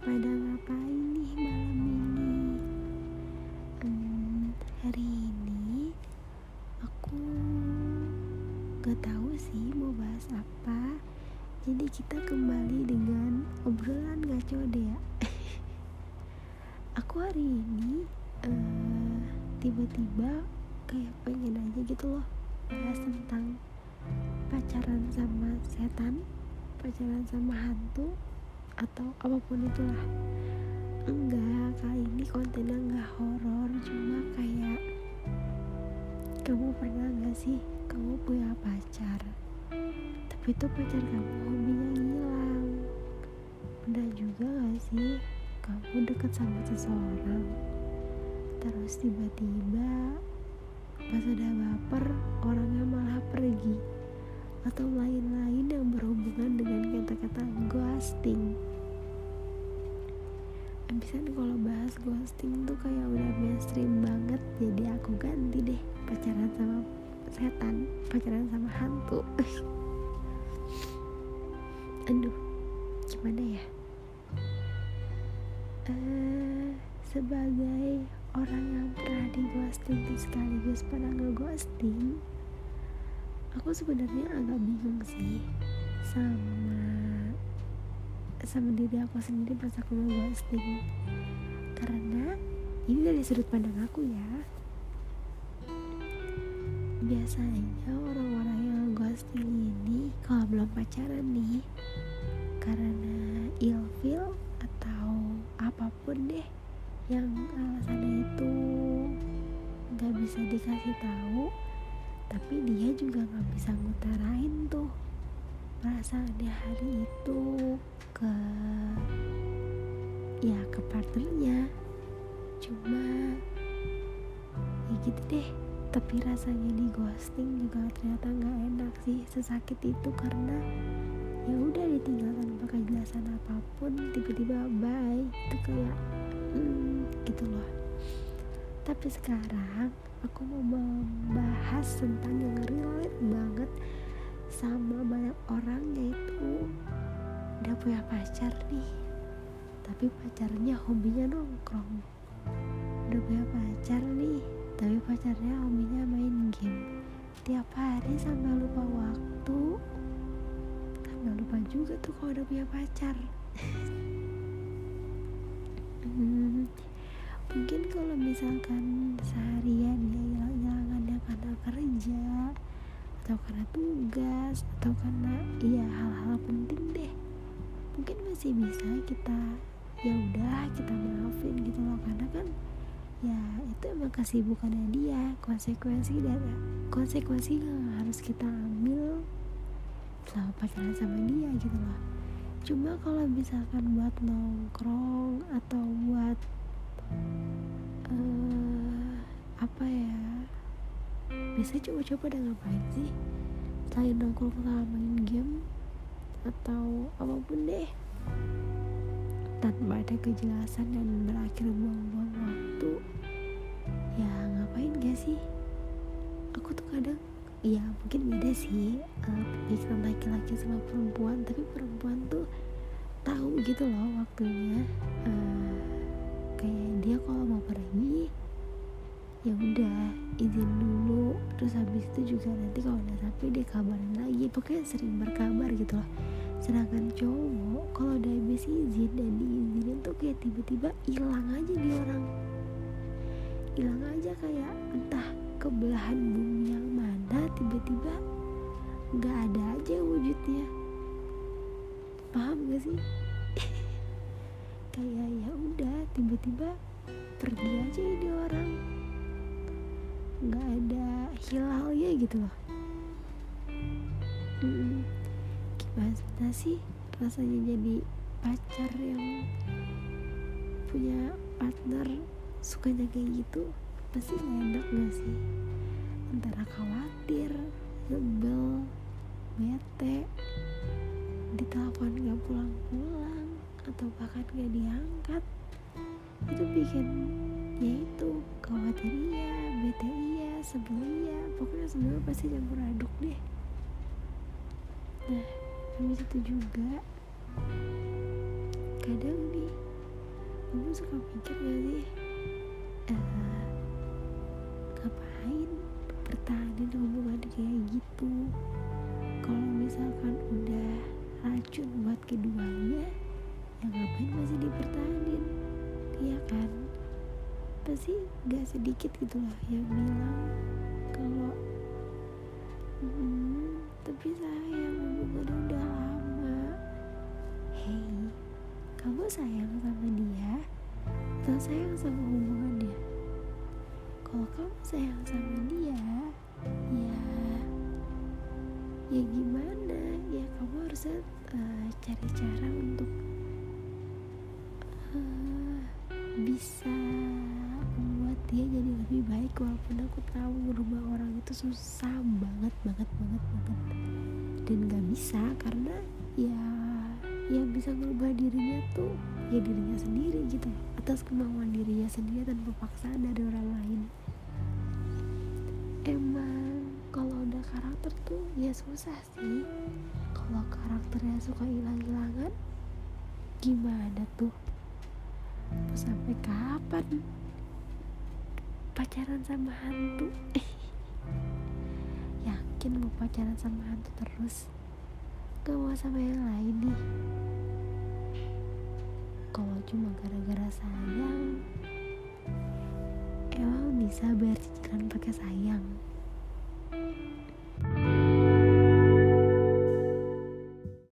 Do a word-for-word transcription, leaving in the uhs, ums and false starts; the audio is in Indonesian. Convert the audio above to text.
pada ngapain nih malam ini? Hmm, hari ini aku gak tahu sih mau bahas apa. Jadi kita kembali dengan obrolan ngaco deh ya. Aku hari ini uh, tiba-tiba kayak pengen aja gitu loh bahas tentang pacaran sama setan, pacaran sama hantu, atau apapun itulah. Enggak, kali ini kontennya enggak horor, cuma kayak kamu pernah gak sih kamu punya pacar, tapi itu pacar kamu hobinya ngilang? Pernah juga gak sih kamu deket sama seseorang, terus tiba-tiba pas udah baper orangnya malah pergi, atau lain-lain yang berhubungan dengan kata-kata ghosting. Abisan kalau bahas ghosting tuh kayak udah mainstream banget, jadi aku ganti deh pacaran sama setan, pacaran sama hantu. Aduh, gimana ya? Uh, sebagai orang yang pernah di ghosting sekaligus pernah nge-ghosting, aku sebenarnya agak bingung sih sama sama diri aku sendiri pas aku nge-ghosting, karena ini dari sudut pandang aku ya. Biasanya orang-orang yang ghosting ini kalau belum pacaran nih, karena ilfil atau apapun deh yang alasannya itu gak bisa dikasih tahu, tapi dia juga gak bisa ngutarain tuh perasaannya hari itu ke ya ke partnernya. Cuma ya gitu deh, tapi rasanya di ghosting juga ternyata nggak enak sih, sesakit itu, karena ya udah ditinggal tanpa kejelasan apapun, tiba-tiba bye, itu kayak hmm, gitu loh. Tapi sekarang aku mau membahas tentang yang relate banget sama banyak orang, yaitu udah punya pacar nih, tapi pacarnya hobinya nongkrong. Udah punya pacar nih, tapi pacarnya hobinya main game tiap hari sampai lupa waktu, sampai lupa juga tuh kalau udah punya pacar. hmm, Mungkin kalau misalkan seharian dia hilang-hilangannya karena kerja, atau karena tugas, atau karena ya hal-hal penting deh, mungkin masih bisa kita ya udah kita maafin gitu loh, karena kan ya itu emang kesibukannya dia, konsekuensi dan konsekuensi yang harus kita ambil selama pacaran sama dia gitu loh. Cuma kalau misalkan buat nongkrong atau buat uh, apa ya, biasanya coba-coba udah ngapain sih selain nongkrong sama main game atau apapun deh tanpa ada kejelasan dan berakhir buang-buang waktu, ya ngapain gak sih? Aku tuh kadang ya mungkin beda sih uh, pikiran laki-laki sama perempuan, tapi perempuan tuh tahu gitu loh waktunya, uh, kayak dia kalau mau pergi ya udah izin dulu, terus habis itu juga nanti kalau udah sampai dia kabarin lagi, pokoknya sering berkabar gitu loh. Sedangkan cowok kalau udah habis izin dan diizinin tuh kayak tiba-tiba hilang aja dia orang, hilang aja kayak entah ke belahan bumi yang mana, tiba-tiba nggak ada aja wujudnya. Paham gak sih? Kayak ya udah tiba-tiba pergi aja ini orang, nggak ada hilalnya gitu loh. hmm, Gimana sih rasanya jadi pacar yang punya partner sukanya kayak gitu? Pasti gak enak gak sih? Antara khawatir, sebel, bete, ditelepon gak pulang-pulang, atau bahkan gak diangkat. Itu bikin ya itu khawatir iya, bete iya, sebel iya, pokoknya semua pasti campur aduk deh. Nah, habis itu juga kadang nih suka mikir gak sih, uh, ngapain pertahanin hubungan kayak gitu? Kalau misalkan udah racun buat keduanya, ya ngapain masih dipertahanin? Iya kan? Pasti gak sedikit gitu lah yang bilang kalau hmm, tapi sayang hubungannya udah lama. Hey, kamu sayang sama dia atau sayang sama hubungannya? Kalau kamu sayang sama dia, ya ya gimana? Ya kamu harus uh, cari cara untuk uh, bisa membuat dia jadi lebih baik. Walaupun aku tahu merubah orang itu susah banget banget banget banget, dan gak bisa karena ya yang bisa merubah dirinya tuh ya dirinya sendiri gitu, atas kemauan dirinya sendiri tanpa paksaan dari orang lain. Emang kalau udah karakter tuh ya susah sih. Kalau karakternya suka hilang-hilangan, gimana tuh? Mau sampai kapan pacaran sama hantu? Yakin mau pacaran sama hantu terus? Gak mau sama yang lain nih? Kalau cuma gara-gara sayang, emang bisa bayar cicilan pakai sayang?